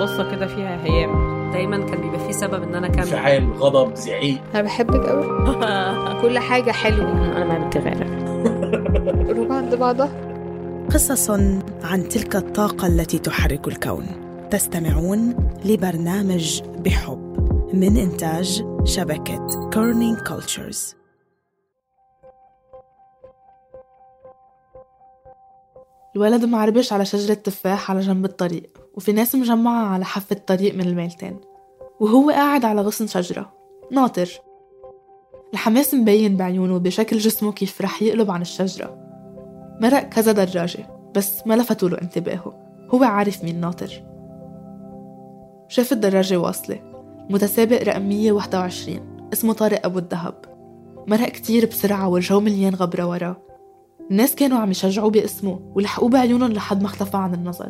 قصة كده فيها هيام. دايما كان بيبقى فيه سبب ان انا كمل. انفعال، غضب، زعيق. انا بحبك قوي. كل حاجه حلوه. انا ما بتغير. قلوب عند بعضها. قصص عن تلك الطاقة التي تحرك الكون. تستمعون لبرنامج بحب من إنتاج شبكة كورنينج كولتشرز. الولد معربش على شجرة تفاح على جنب الطريق، وفي ناس مجمعة على حافة الطريق من الميلتين، وهو قاعد على غصن شجرة ناطر. الحماس مبين بعيونه بشكل جسمه كيف رح يقلب عن الشجرة. مرق كذا دراجة بس ما لفتوا له انتباهه، هو عارف مين ناطر. شاف الدراجة واصلة، متسابق رقم 121 اسمه طارق أبو الدهب. مرق كتير بسرعة والجو مليان غبرة وراه. الناس كانوا عم يشجعوه باسمه ولحقوه بعيونهم لحد ما اختفى عن النظر.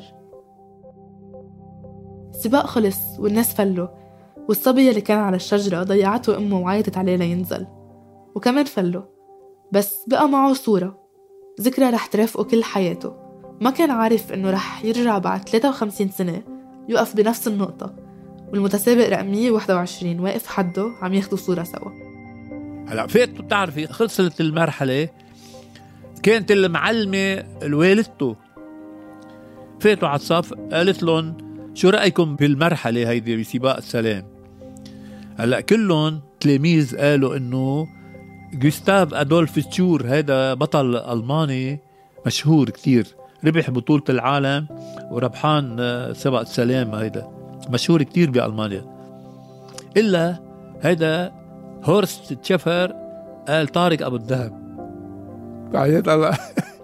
السباق خلص والناس فلوا، والصبية اللي كان على الشجرة ضيعته أمه وعيطت عليه لينزل، وكمان فلوا. بس بقى معه صورة، ذكرى رح ترافقه كل حياته. ما كان عارف إنه رح يرجع بعد 53 سنة يوقف بنفس النقطة، والمتسابق رقم 121 واقف حده عم ياخدوا صورة سوا. هلأ فاتوا بتعرفي خلصت المرحلة، كانت المعلمة الوالدته فاتوا على الصف، قالت لهم شو رأيكم بالمرحلة هيدي بسباق السلام؟ هلأ كلهم تلاميذ قالوا إنه غوستاف أدولف تشور هذا بطل ألماني مشهور كتير، ربح بطولة العالم وربحان سباق السلام، هيدا مشهور كتير بألمانيا. إلا هيدا هورست تشفر قال طارق أبو الذهب. بعيد الله.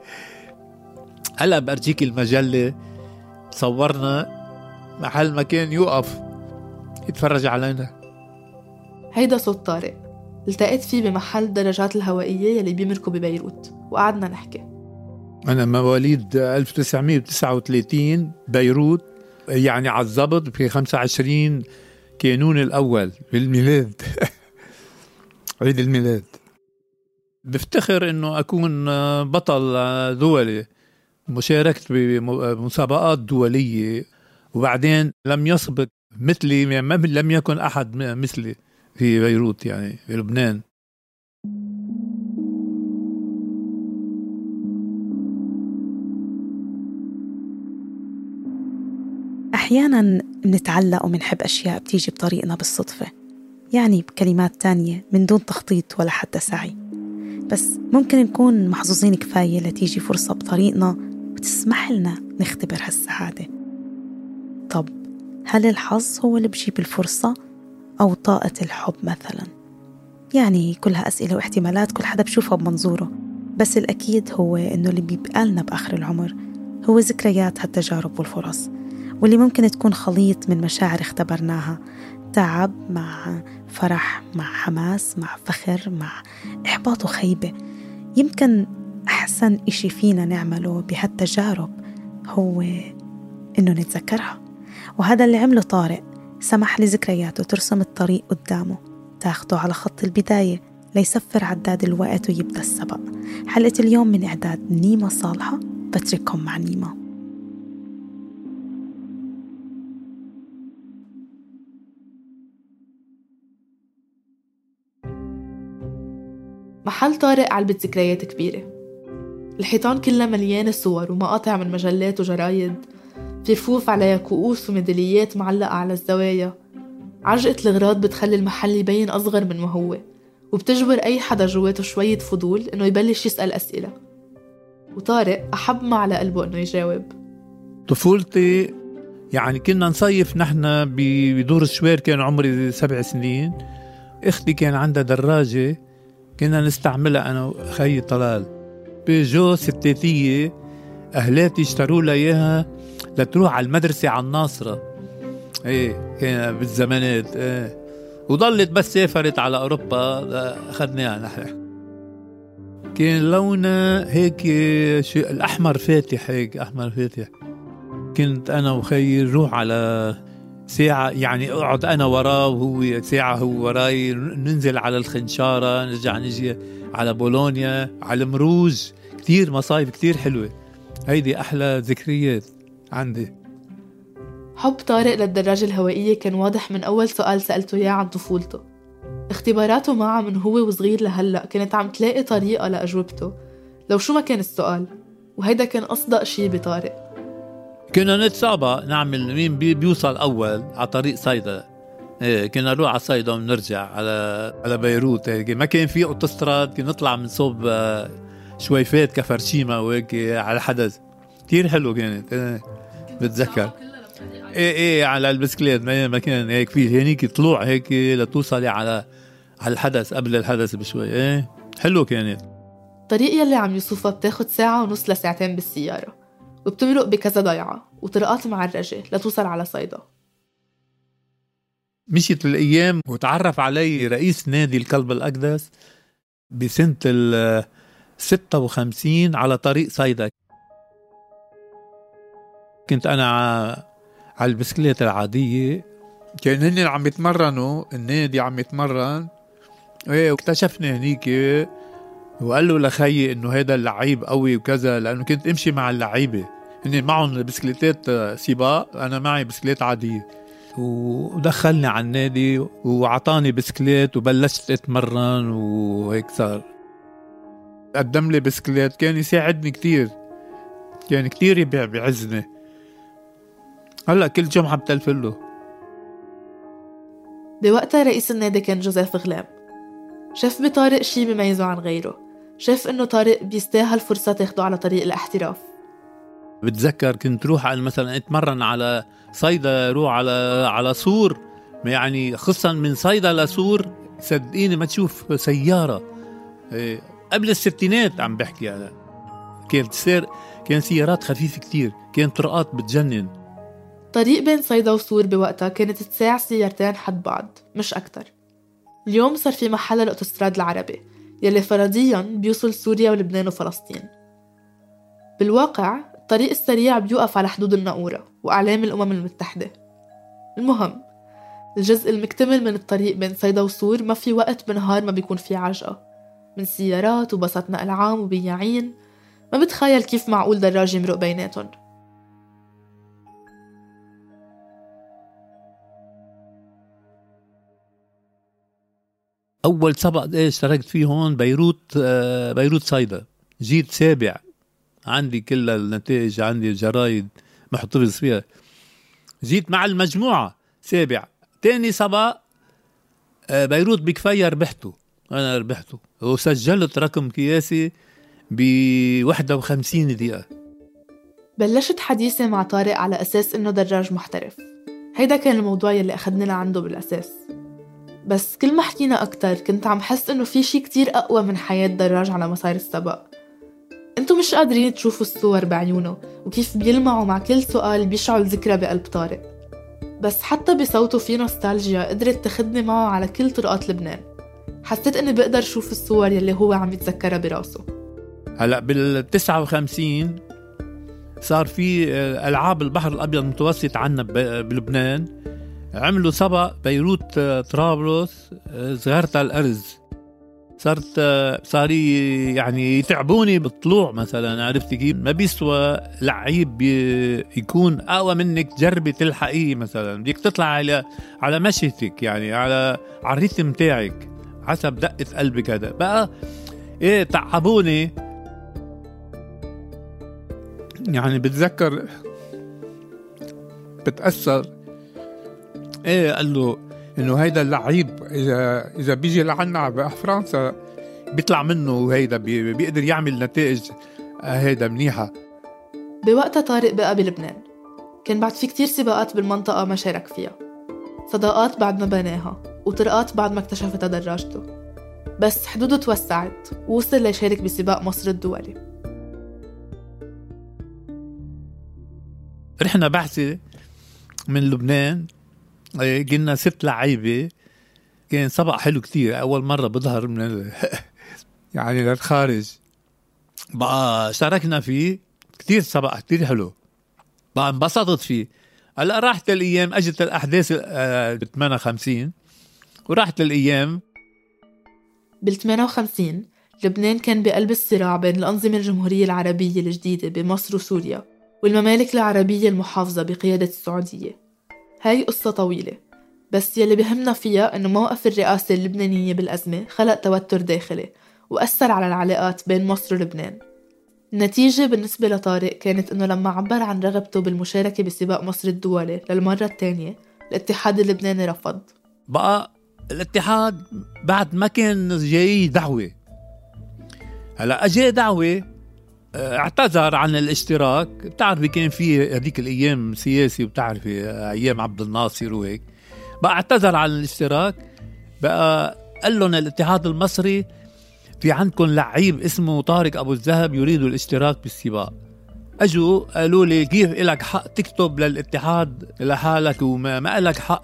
هلا برجيك المجلة صورنا محل ما كان يوقف يتفرج علينا. هيدا صوت طارق، التقيت فيه بمحل درجات الهوائية يلي بيمركوا ببيروت، وقعدنا نحكي. أنا مواليد 1939 بيروت، يعني على الضبط في 25 كانون الأول بالميلاد. عيد الميلاد. بفتخر إنه أكون بطل دولي، مشاركت بمسابقات دولية، وبعدين لم يسبق مثلي، لم يكن أحد مثلي في بيروت، يعني في لبنان. أحياناً بنتعلق ومنحب أشياء بتيجي بطريقنا بالصدفة، يعني بكلمات تانية من دون تخطيط ولا حتى سعي. بس ممكن نكون محظوظين كفاية لتيجي فرصة بطريقنا وتسمح لنا نختبر هالسعادة. طب هل الحظ هو اللي بجيب الفرصة أو طاقة الحب مثلا؟ يعني كلها أسئلة واحتمالات كل حدا بشوفها بمنظوره، بس الأكيد هو إنه اللي بيبقالنا بآخر العمر هو ذكريات هالتجارب والفرص، واللي ممكن تكون خليط من مشاعر اختبرناها، تعب مع فرح مع حماس مع فخر مع إحباط وخيبة. يمكن أحسن إشي فينا نعمله بهالتجارب هو إنه نتذكرها، وهذا اللي عمله طارق. سمح لذكرياته ترسم الطريق قدامه، تاخده على خط البداية ليسفر عداد الوقت ويبدأ السبق. حلقة اليوم من إعداد نيمة صالحة، بترككم مع نيمة. محل طارق علبة ذكريات كبيرة، الحيطان كلها مليانة صور ومقاطع من مجلات وجرايد، في رفوف عليها كؤوس وميداليات معلقة على الزوايا. عجقة الغراض بتخلي المحل يبين أصغر من ما هو، وبتجبر أي حدا جواته شوية فضول إنه يبلش يسأل أسئلة. وطارق أحب ما على قلبه إنه يجاوب. طفولتي يعني كنا نصيف نحن بدور الشوير، كان عمري 7 سنين. اختي كان عندها دراجة كنا نستعملها أنا وخي طلال، بيجو ستاتية، أهلاتي اشتروا لها إياها لتروح على المدرسة على الناصرة. إيه كان بالزمانات إيه. وضلت بس سافرت على أوروبا أخذناها نحن. كان لونها هيك الأحمر فاتح، هيك أحمر فاتح. كنت أنا وخي نروح على ساعة، يعني أقعد أنا وراه وهو ساعة هو وراي، ننزل على الخنشارة، نرجع نجي على بولونيا، على مروج. كتير مصايف كتير حلوة، هيدي أحلى ذكريات عندي. حب طارق للدراجة الهوائية كان واضح من أول سؤال سألته إياه عن طفولته. اختباراته معه من هو وصغير لهلأ كانت عم تلاقي طريقة لأجوبته لو شو ما كان السؤال، وهيدا كان أصدق شي بطارق. كنا نتسابق نعمل مين بيوصل أول على طريق صيدا. كنا نروح على صيدا ونرجع على بيروت. ما كان في أوتوستراد، كنا نطلع من صوب شويفات كفرشيمة وهيك على حدث كتير حلو كانت. بتذكر ايه على البسكليت ما كان هيك في هنيك طلوع هيك لتوصلي على الحدث قبل الحدث بشوي. حلو كانت. الطريق يلي عم يوصفها بتاخد 1 ساعة ونص لساعتين بالسيارة، وبتمرق بكذا ضيعة وطرقات معرجة لتوصل على صيدا. مشيت الأيام وتعرف علي رئيس نادي الكلب الأقدس بسنة 56 على طريق صيدا. كنت أنا على البسكليت العادية، كان هن عم يتمرنوا، النادي عم يتمرن. واكتشفنا هنيك وقال له لخيي إنه هيدا اللعيب قوي وكذا، لأنه كنت أمشي مع اللعيبة، هن معهم بسكليتات سباق، أنا معي بسكليت عادية. ودخلني على النادي وعطاني بسكليت وبلشت اتمرن وهيك صار. قدم لي بسكليت كان يساعدني كتير، كان كتير بيعزني. هلأ كل جمعة بتلفله. بوقتها رئيس النادي كان جوزيف غلام. شاف بطارق شي بيميزه عن غيره، شاف انه طارق بيستاهل فرصة تاخده على طريق الاحتراف. بتذكر كنت روح مثلا اتمرن على صيدا، روح على سور، يعني خصوصا من صيدا لسور صدقيني ما تشوف سيارة. قبل الستينات عم بحكي أنا، كان سيارات خفيفة كتير، كان طرقات بتجنن. طريق بين صيدا وسور بوقتها كانت تساع سيارتين حد بعض مش أكتر. اليوم صار في محل الأوتوستراد العربي يلي فرضياً بيوصل سوريا ولبنان وفلسطين. بالواقع الطريق السريع بيوقف على حدود الناقورة وأعلام الأمم المتحدة. المهم الجزء المكتمل من الطريق بين صيدا وسور ما في وقت بنهار ما بيكون في عجقة من سيارات وبسات نقل عام وبياعين. ما بتخيل كيف معقول دراجة يمرق بيناتهم. أول سبق اشتركت فيه هون بيروت صيدا، جيت 7، عندي كل النتائج، عندي الجرايد محتفظ فيها. جيت مع المجموعة 7. تاني سبق بيروت بكفاية أنا ربحته وسجلت رقم قياسي ب51 دقيقة. بلشت حديثي مع طارق على أساس إنه دراج محترف. هيدا كان الموضوع يلي أخذنا لعنده بالأساس. بس كل ما حكينا أكتر كنت عم حس إنه في شي كتير أقوى من حياة دراج على مسار السباق. انتو مش قادرين تشوفوا الصور بعيونه وكيف بيلمعوا مع كل سؤال بيشعل ذكرى بقلب طارق. بس حتى بصوته في نوستالجيا قدرت تاخدني معه على كل طرقات لبنان. حسيت اني بقدر شوف الصور يلي هو عم يتذكرها براسه. هلأ بال59 صار في ألعاب البحر الأبيض المتوسط عنا بلبنان، عملوا سبق بيروت طرابلس صغيرة الأرز. صار يعني يتعبوني بالطلوع مثلا، عرفت كيف؟ ما بيسوى لعيب يكون أقوى منك تجربي تلحقيه مثلا، بدك تطلع على مشيتك، يعني على الريتم تاعك حسب دقة قلبك. هذا بقى تعبوني. يعني بتذكر بتأثر قال له انه هيدا اللعيب اذا بيجي لعنا بفرنسا بيطلع منه، وهيدا بيقدر يعمل نتائج هيدا منيحة. بوقتها طارق بقى بلبنان، كان بعد في كتير سباقات بالمنطقة ما شارك فيها، صداقات بعد ما بناها، وطرقات بعد ما اكتشفتها دراجته. بس حدوده توسعت ووصل ليشارك بسباق مصر الدولي. رحنا بعثة من لبنان، قلنا 6 لعيبة، كان سبق حلو كتير، أول مرة بظهر من يعني للخارج. بقى شاركنا فيه كتير، سبق كتير حلو، بقى انبسطت فيه. هلا راحت الأيام، أجت الأحداث ب58 وراحت الأيام. بال58 لبنان كان بقلب الصراع بين الأنظمة الجمهورية العربية الجديدة بمصر وسوريا والممالك العربية المحافظة بقيادة السعودية. هاي قصة طويلة، بس يلي بهمنا فيها إنه موقف الرئاسة اللبنانية بالأزمة خلق توتر داخلي وأثر على العلاقات بين مصر ولبنان. النتيجة بالنسبة لطارق كانت إنه لما عبر عن رغبته بالمشاركة بسباق مصر الدولي للمرة الثانية، الاتحاد اللبناني رفض. بقى الاتحاد بعد ما كان جاي دعوة، هلا أجي دعوة، اعتذر عن الاشتراك. بتعرفي كان في هذيك الأيام سياسي، وبتعرفي أيام عبد الناصر وهيك، بقى اعتذر عن الاشتراك. بقى قال لهم الاتحاد المصري في عندكم لعيب اسمه طارق أبو الذهب يريد الاشتراك بالسباق. أجوا قالوا لي كيف إلك حق تكتب للاتحاد لحالك وما إلك حق؟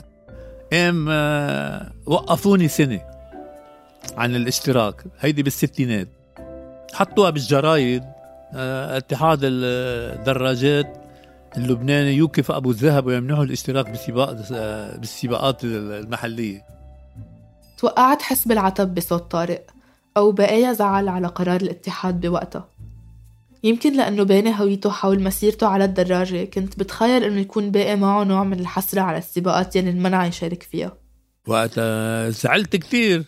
وقفوني سنة عن الاشتراك. هيدي بالستينات حطوها بالجرايد، اتحاد الدراجات اللبناني يوقف أبو الذهب ويمنعه الاشتراك بالسباقات المحلية. توقعت حس بالعتب بصوت طارق، أو بقايا زعل على قرار الاتحاد بوقتها. يمكن لأنه باني هويته حول مسيرته على الدراجة، كنت بتخيل إنه يكون باقي معه نوع من الحسرة على السباقات يلي المنع يشارك فيها. وقتها زعلت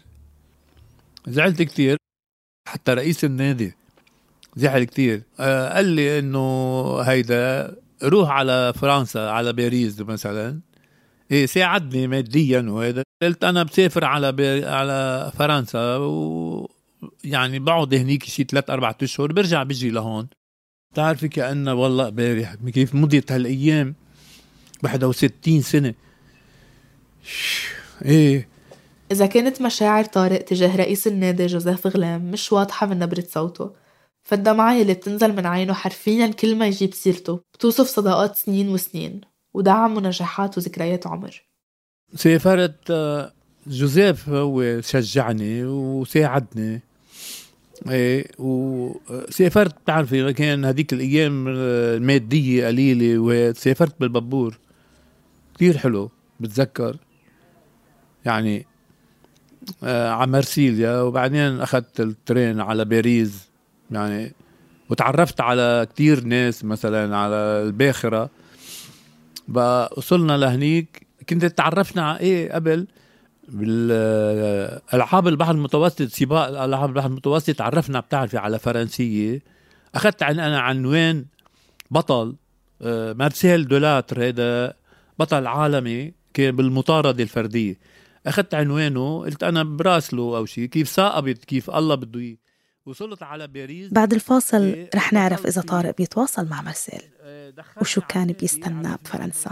كتير. حتى رئيس النادي زعل كتير، قال لي إنه هيدا روح على فرنسا، على باريس مثلا، ساعدني ماديا وهذا. قلت أنا بسافر على فرنسا، يعني بقعد هنيك شي 3-4 أشهر، برجع بيجي لهون. تعرفي كأنه والله بارح كيف مضيت هالأيام. 61 سنة. إذا كانت مشاعر طارق تجاه رئيس النادي جوزيف غلام مش واضحة من نبرة صوته، فالدمعة يلي بتنزل من عينه حرفياً كل ما يجيب سيرته بتوصف صداقات سنين وسنين ودعم ونجاحات وذكريات عمر. سافرت، جوزيف هو شجعني وساعدني، وسافرت. بتعرفي كان هذيك الأيام المادية قليلة، وسافرت بالبابور كتير حلو. بتذكر يعني على مرسيليا، وبعدين أخذت الترين على باريس يعني، وتعرفت على كتير ناس، مثلا على الباخرة. بقى وصلنا لهنيك، كنت تعرفنا على قبل بالألعاب البحر المتوسط، سباق الألعاب البحر المتوسط. تعرفنا بتعرفي على فرنسية. أخذت أنا عنوان بطل، مارسيل دولاتر، هذا بطل عالمي كان بالمطاردة الفردية. أخذت عنوانه، قلت أنا براسله أو شيء، كيف ثاقبت، كيف الله بده إياه. وصلت على باريس. بعد الفاصل رح نعرف إذا طارق بيتواصل مع مارسيل وشو كان بيستنى بفرنسا.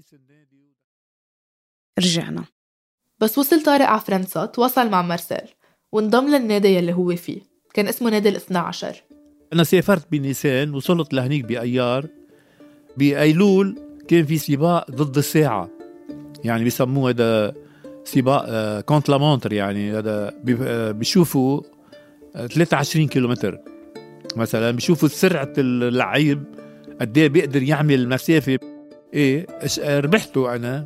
رجعنا. بس وصل طارق على فرنسا، تواصل مع مارسيل وانضم للنادي يلي هو فيه، كان اسمه نادي ال12. أنا سافرت بنيسان، وصلت لهنيك بأيار. بأيلول كان في سباق ضد الساعة، يعني بيسموه هذا سباق كونت لامونتر، يعني هذا بيشوفوا 23 كيلومتر مثلا، بيشوفوا سرعة اللعيب قد ايه بيقدر يعمل المسافة. ربحته أنا.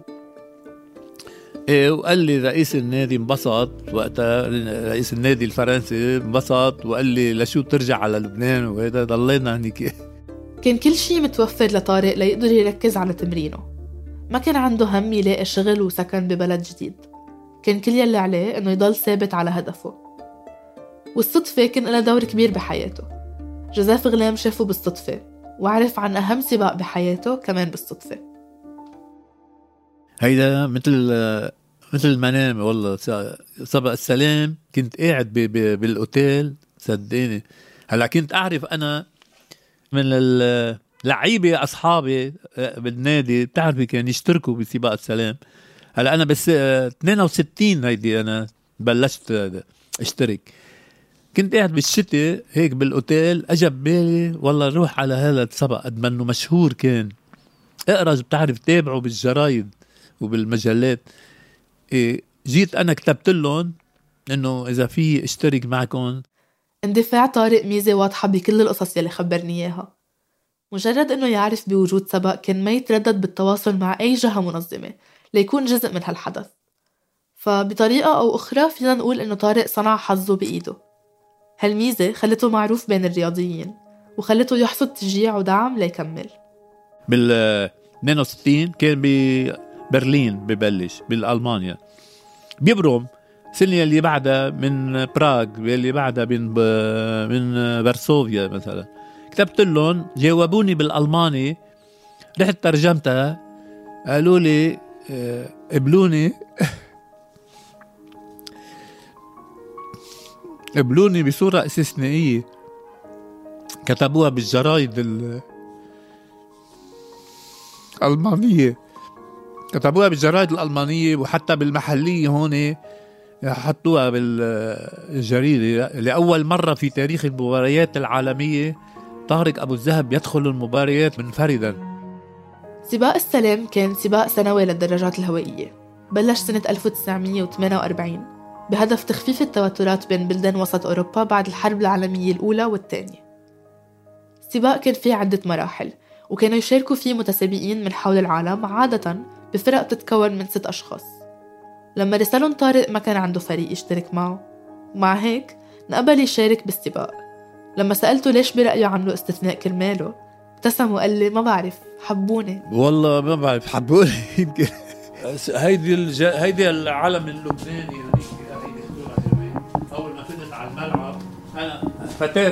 وقال لي رئيس النادي انبسط وقتها، رئيس النادي الفرنسي انبسط، وقال لي لشو ترجع على لبنان، وهذا ضلينا هنيك. كان كل شيء متوفر لطارق ليقدر يركز على تمرينه. ما كان عنده هم يلاقي شغل وسكن ببلد جديد، كان كل يلي عليه إنه يضل ثابت على هدفه. والصدفة كان لها دور كبير بحياته. جوزيف غلام شافه بالصدفة، وعرف عن أهم سباق بحياته كمان بالصدفة. هيدا مثل منام والله. سبق السلام كنت قاعد بالأوتيل، صدقيني. هلا كنت أعرف أنا من اللعيبة أصحابي بالنادي، بتعرفي كان يشتركوا بسباق السلام. هلا أنا بس 62 هيدي أنا بلشت اشترك. كنت قاعد بالشتاء هيك بالأوتيل، أجب بالي والله روح على هذا السبق قد ما إنه مشهور كان. اقرأ بتعرف تابعه بالجرايد وبالمجلات. جيت أنا كتبت لهم إنه إذا في اشترك معكم. اندفاع طارق ميزة واضحة بكل القصص يلي خبرني إياها. مجرد إنه يعرف بوجود سبق كان ما يتردد بالتواصل مع أي جهة منظمة ليكون جزء من هالحدث. فبطريقة أو أخرى فينا نقول إنه طارق صنع حظه بإيده. هالميزة خلته معروف بين الرياضيين، وخلته يحصد تشجيع ودعم ليكمل. بال 62 كان برلين ببلش بالألمانيا، بيبرم سنة اللي بعدها من براغ، اللي بعدها من فارسوفيا مثلا. كتبت لهم، جاوبوني بالألماني، رحت ترجمتها، قالوا لي قبلوني بصورة استثنائية. كتبوها بالجرايد الألمانية، وحتى بالمحلية هون حطوها بالجريدة. لأول مرة في تاريخ المباريات العالمية طارق أبو الذهب يدخل المباريات منفردا. سباق السلام كان سباق سنوي للدراجات الهوائية، بلش سنة 1948 بهدف تخفيف التوترات بين بلدان وسط أوروبا بعد الحرب العالمية الأولى والثانية. السباق كان فيه عدة مراحل، وكانوا يشاركوا فيه متسابقين من حول العالم، عادة بفرق تتكون من 6 أشخاص. لما رسالهم طارق ما كان عنده فريق يشترك معه، ومع هيك نقبل يشارك بالسباق. لما سألته ليش برأيه عملوا استثناء كرماله، ابتسم وقال لي ما بعرف، حبوني. والله ما بعرف، حبوني. يمكن هيدي العلم اللبناني. أول ما فتت على الملعب أنا فتاة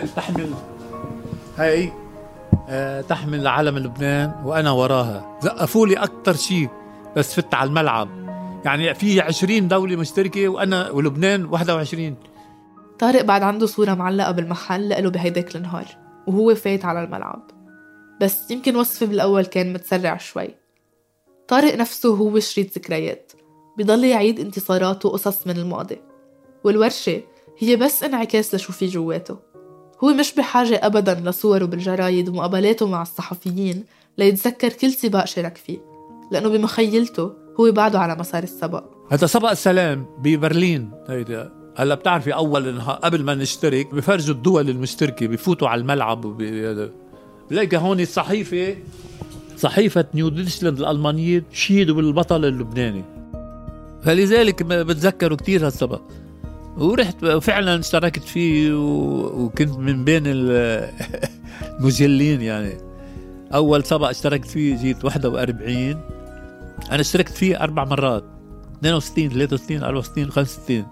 تحمل علم لبنان وأنا وراها، زقفوا لي أكتر شيء بس فت على الملعب. يعني في 20 دولة مشتركة وأنا ولبنان 21. طارق بعد عنده صورة معلقة بالمحل لقله بهيداك النهار وهو فايت على الملعب، بس يمكن وصفي بالأول كان متسرع شوي. طارق نفسه هو شريط ذكريات، بيضل يعيد انتصاراته وقصص من الماضي، والورشة هي بس انعكاس لشو في جواته. هو مش بحاجة أبداً لصوره بالجرايد ومقابلاته مع الصحفيين ليتذكر كل سباق شارك فيه، لأنه بمخيلته هو بعده على مسار السباق. هذا سباق السلام ببرلين. هلا بتعرفي أول قبل ما نشترك بفرجوا الدول المشتركة، بفوتوا على الملعب بلاقي هون صحيفة نيو ديتشلاند الألمانية تشيدوا بالبطل اللبناني، فلذلك بتذكروا كتير هالسباق. ورحت وفعلا اشتركت فيه وكنت من بين المجلين. يعني أول سباق اشتركت فيه جيت 41. أنا اشتركت فيه 4 مرات، 62 63 64 65.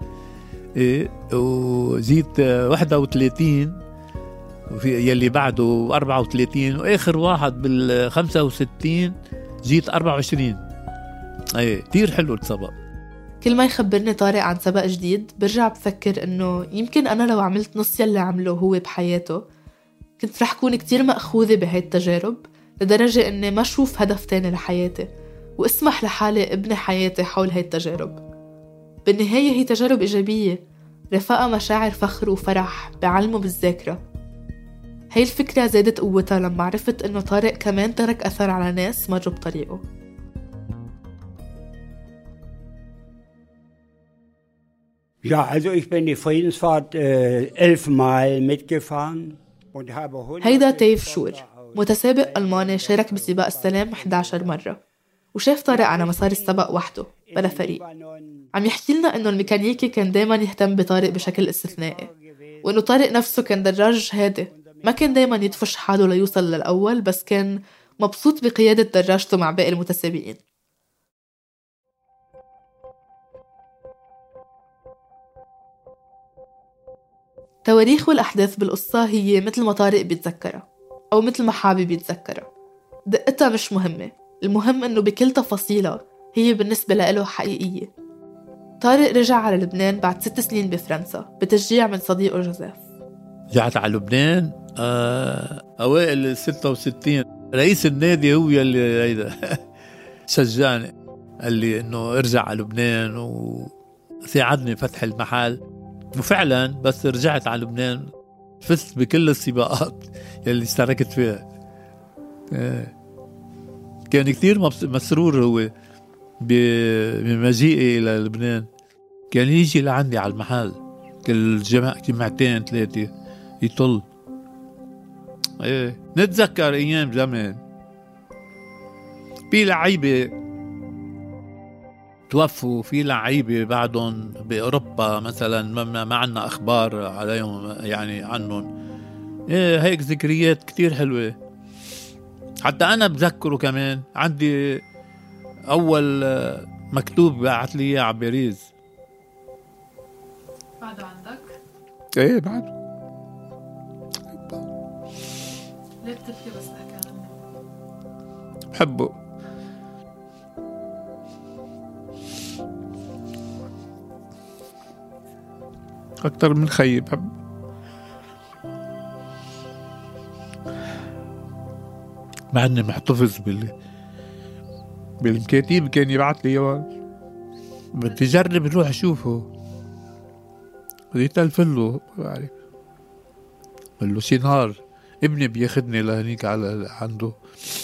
وجيت 31 وفي يلي بعده 34، وآخر واحد بال65 جيت 24. كتير حلو السباق. كل ما يخبرني طارق عن سباق جديد برجع بفكر إنه يمكن أنا لو عملت نص يلي عمله هو بحياته كنت رح كون كتير مأخوذة بهاي التجارب، لدرجة إني ما أشوف هدف تاني لحياتي واسمح لحالي ابني حياتي حول هاي التجارب. بالنهاية هي تجارب إيجابية رفاقة مشاعر فخر وفرح بعلمه بالذاكرة. هاي الفكرة زادت قوتها لما عرفت إنه طارق كمان ترك أثر على ناس مروا بطريقه. Ja, also ich bin die Friedensfahrt 11 Mal mitgefahren und habe 100. هيدا تيف شور، متسابق ألماني شارك بسباق السلام 11 مرة، وشاف طارق على مسار السباق وحده بلا فريق. عم يحكي لنا إنه الميكانيكي كان دايما يهتم بطارق بشكل استثنائي، وإنه طارق نفسه كان دراج هادي، ما كان دايما يدفش حاله ليوصل للأول، بس كان مبسوط بقيادة دراجته مع باقي المتسابقين. تواريخ والأحداث بالقصة هي مثل ما طارق بيتذكرها أو مثل ما حابب يتذكرها. دقتها مش مهمة، المهم إنه بكل تفاصيلها هي بالنسبة له حقيقية. طارق رجع على لبنان بعد 6 سنين بفرنسا بتشجيع من صديقه جوزيف. رجعت على لبنان أوائل 66. رئيس النادي هو اللي شجعني، قال لي إنه ارجع على لبنان وساعدني فتح المحل. وفعلا بس رجعت على لبنان فزت بكل السباقات اللي اشتركت فيها. كان كتير مسرور هو بمجيئي إلى لبنان. كان يجي لعندي على المحل كل جمعتين 3 يطل. نتذكر أيام زمان في لعيبة توفوا، في لعيبة بعدهم بأوروبا مثلا ما عنا أخبار عليهم يعني عنهم. هيك ذكريات كتير حلوة. حتى أنا بذكره كمان، عندي أول مكتوب بعت لي إياه على باريس. بعده عندك؟ إيه بعده. ليه بتبكي بس تحكي عنه؟ بحبه. أكتر من خيي بحبه. مع إني محتفظ بالمكاتيب كان يبعت لي إياه. بدي أجرب نروح أشوفه. بدي تلفله بعرف. قال له شي نهار ابني بياخدني لهنيك على عنده.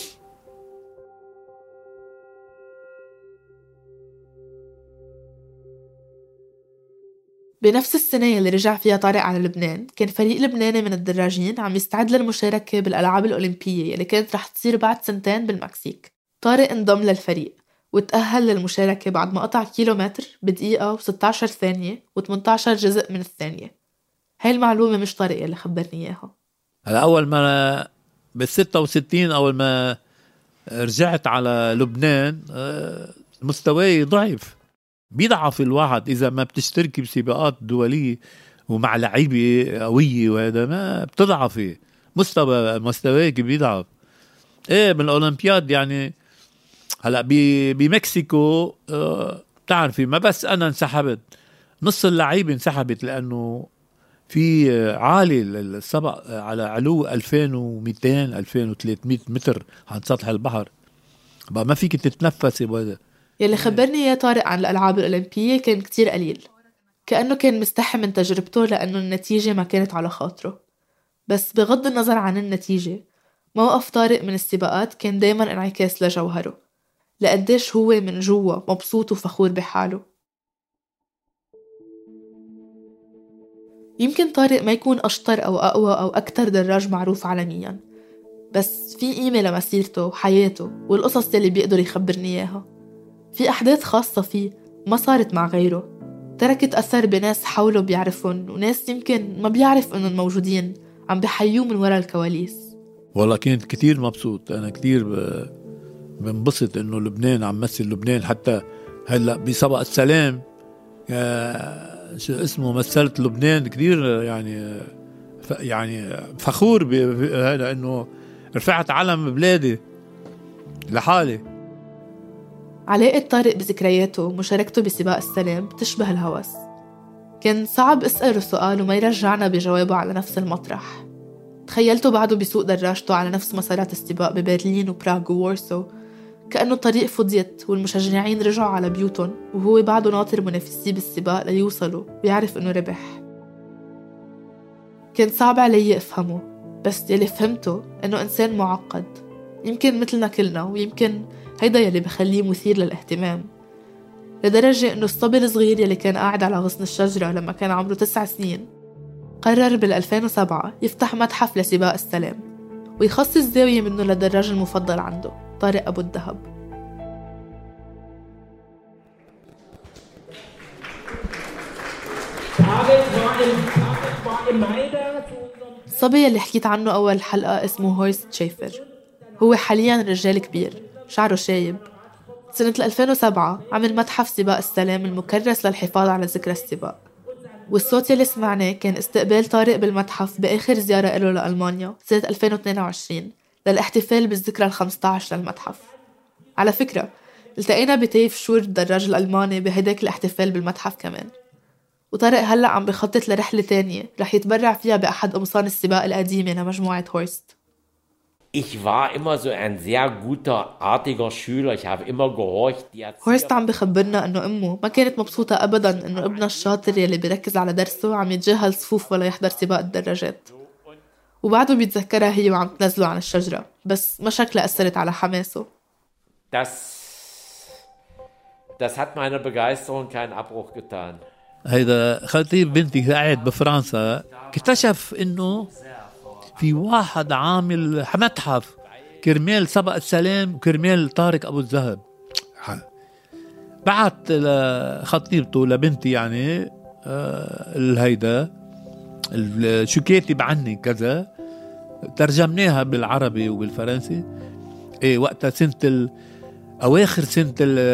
بنفس السنة اللي رجع فيها طارق على لبنان، كان فريق لبناني من الدراجين عم يستعد للمشاركة بالألعاب الأولمبية اللي كانت رح تصير بعد 2 بالمكسيك. طارق انضم للفريق وتأهل للمشاركة بعد ما قطع كيلومتر بدقيقة و16 ثانية و18 جزء من الثانية. هاي المعلومة مش طارق اللي خبرني إياها. هلا أول ما بال66 أول ما رجعت على لبنان مستواي ضعف. بيضعف الواحد إذا ما بتشتركي بسباقات دولية ومع لعيبة قوية، وهذا ما بتضعفي مستواك بيضعف. إيه من الأولمبياد يعني. هلا بمكسيكو بتعرفي ما بس أنا انسحبت، نص اللعيبة انسحبت لأنه في عالي السبق على علو 2200 2300 متر عن سطح البحر، بقى ما فيك تتنفسي بهذا. يلي خبرني يا طارق عن الألعاب الأولمبية كان كتير قليل، كأنه كان مستحي من تجربته لأنه النتيجة ما كانت على خاطره. بس بغض النظر عن النتيجة، موقف طارق من السباقات كان دايما انعكاس لجوهره، لقديش هو من جوا مبسوط وفخور بحاله. يمكن طارق ما يكون أشطر أو أقوى أو أكتر دراج معروف عالميا، بس في قيمة لمسيرته وحياته والقصص اللي بيقدر يخبرني إياها. في أحداث خاصة فيه ما صارت مع غيره، تركت أثر بناس حوله بيعرفون وناس يمكن ما بيعرف إنهم موجودين عم بحيوه من وراء الكواليس. والله كنت كتير مبسوط، أنا كتير بنبسط إنه لبنان عم مثل لبنان. حتى هلأ بسبق السلام شو اسمه مثلت لبنان كتير، يعني فخور بهذا إنه رفعت علم بلادي لحالي. علاقة طارق بذكرياته ومشاركته بسباق السلام بتشبه الهوس. كان صعب أسأله سؤال وما يرجعنا بجوابه على نفس المطرح. تخيلته بعده بيسوق دراجته على نفس مسارات السباق ببرلين وبراغ وورسو، كأنه الطريق فضيت والمشجعين رجعوا على بيوتهم وهو بعده ناطر منافسيه بالسباق ليوصلوا ويعرف إنه ربح. كان صعب علي أفهمه، بس يلي فهمته إنه إنسان معقد، يمكن مثلنا كلنا، ويمكن هيدا يلي بخليه مثير للاهتمام، لدرجة إنه الصبي الصغير يلي كان قاعد على غصن الشجرة لما كان عمره 9 سنين قرر بال2007 يفتح متحف لسباق السلام ويخصص زاوية منه للدراج المفضل عنده، طارق أبو الدهب. الصبي اللي حكيت عنه أول حلقة اسمه هورست شيفر، هو حالياً رجال كبير شعره شايب. سنة 2007 عمل متحف سباق السلام المكرس للحفاظ على ذكرى السباق، والصوت اللي سمعناه كان استقبال طارق بالمتحف بآخر زيارة له لألمانيا سنة 2022 للاحتفال بالذكرى ال15 للمتحف. على فكرة التقينا بتيف شور الدراج الألماني بهداك الاحتفال بالمتحف كمان، وطارق هلأ عم بخطط لرحلة تانية رح يتبرع فيها بأحد قمصان السباق القديمة لمجموعة هورست. Ich war immer so ein sehr guter, artiger Schüler. Ich habe immer gehorcht. هورست عم بخبرنا إنه أمه ما كانت مبسوطة أبداً إنه ابنها الشاطر يلي بيركز على درسه عم يتجاهل صفوف ولا يحضر سباق الدراجات، وبعده بيتذكرها هي وعم تنزله عن الشجرة، بس ما شكلها أثرت على حماسه. Das hat meiner Begeisterung keinen Abbruch getan. هيدا خطيب بنتي قاعد بفرنسا اكتشف إنه في واحد عامل متحف كرمال سبق السلام وكرمال طارق أبو الذهب. بعت لخطيبته لبنتي يعني الهيدا شو كاتب عني كذا، ترجمناها بالعربي وبالفرنسي. وقتها سنة أواخر سنة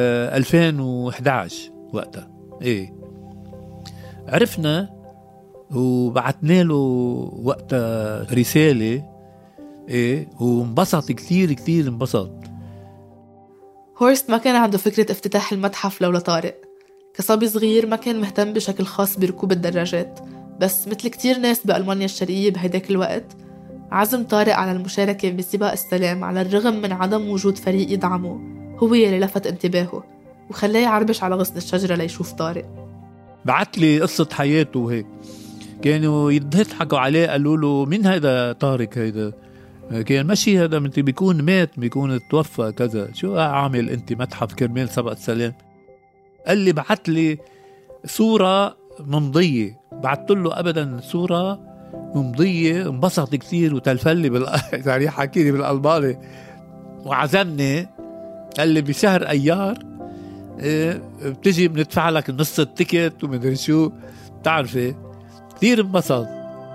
2011 وقتها. إيه عرفنا وبعتنا له وقتها رسالة. إيه وانبسط كتير انبسط. هورست ما كان عنده فكرة افتتاح المتحف لولا طارق. كصبي صغير ما كان مهتم بشكل خاص بركوب الدراجات، بس مثل كتير ناس بألمانيا الشرقية بهداك الوقت عزم طارق على المشاركة بسباق السلام على الرغم من عدم وجود فريق يدعمه. هو يلي لفت انتباهه وخلاه يعربش على غصن الشجرة ليشوف طارق. بعت لي قصة حياته وهيك، كانوا يضحكوا عليه، قالوا له مين هذا طارق؟ هيدا كان ماشي، هذا منتي بيكون مات، بيكون توفى كذا، شو عامل انت متحف كرمال سبق السلام؟ قال لي بعت لي صورة ممضية، بعت له أبدا صورة ممضية، انبسط كتير وتلفلي يعني حكيني بالألباني وعزمني. قال لي بشهر أيار بتجي بندفع لك نص التيكت ومدري شو، بتعرفي كتير انبسط.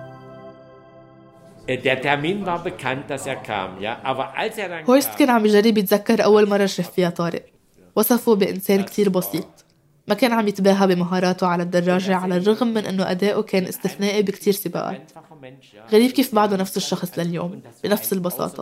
Der Termin war bekannt, dass er kam, ja. Aber als er dann هورست كان عم يجرب يتذكر أول مرة شاف فيها طارق. وصفه بإنسان كتير بسيط، ما كان عم يتباهى بمهاراته على الدراجة على الرغم من أنه أداؤه كان استثنائي بكتير سباقات. غريب كيف بعده نفس الشخص لليوم بنفس البساطة.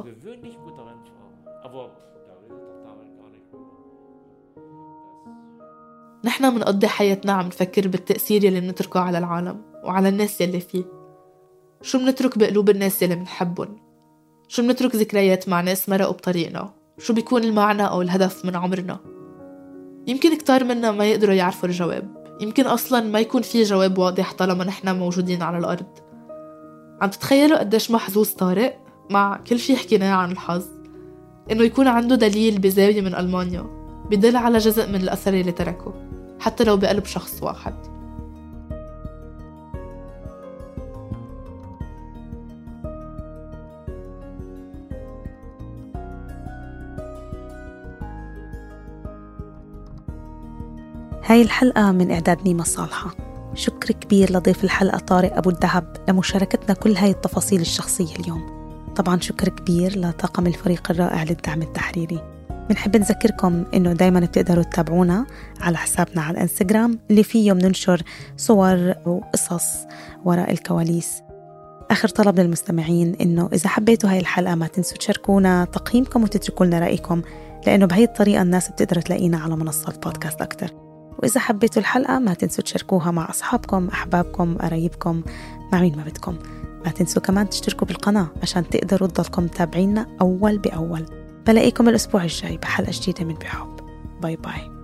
نحن منقضي حياتنا عم نفكر بالتأثير يلي منتركه على العالم وعلى الناس يلي فيه. شو منترك بقلوب الناس يلي منحبهم؟ شو منترك ذكريات مع ناس مرقوا بطريقنا؟ شو بيكون المعنى أو الهدف من عمرنا؟ يمكن كتار منا ما يقدروا يعرفوا الجواب، يمكن أصلاً ما يكون فيه جواب واضح طالما نحن موجودين على الأرض. عم تتخيلوا قديش محظوظ طارق مع كل شي حكيناه عن الحظ إنه يكون عنده دليل بزاوية من ألمانيا بدل على جزء من الأثر اللي تركه، حتى لو بقلب شخص واحد. هاي الحلقة من إعداد نيمة صالحة. شكر كبير لضيف الحلقة طارق أبو الدهب لمشاركتنا كل هاي التفاصيل الشخصية اليوم. طبعا شكر كبير لطاقم الفريق الرائع للدعم التحريري. بنحب نذكركم إنه دايما بتقدروا تتابعونا على حسابنا على الانستغرام اللي فيه بننشر صور وقصص وراء الكواليس. آخر طلب للمستمعين إنه إذا حبيتوا هاي الحلقة ما تنسوا تشاركونا تقييمكم وتتركوا لنا رأيكم، لأنه بهي الطريقة الناس بتقدر تلاقينا على منصات بودكاست أكتر. وإذا حبيتوا الحلقة ما تنسوا تشاركوها مع أصحابكم، أحبابكم، قرايبكم، مع مين ما بدكم. ما تنسوا كمان تشتركوا بالقناة عشان تقدروا تضلكم متابعينا أول بأول. بلاقيكم الأسبوع الجاي بحلقة جديدة من بحب. باي باي.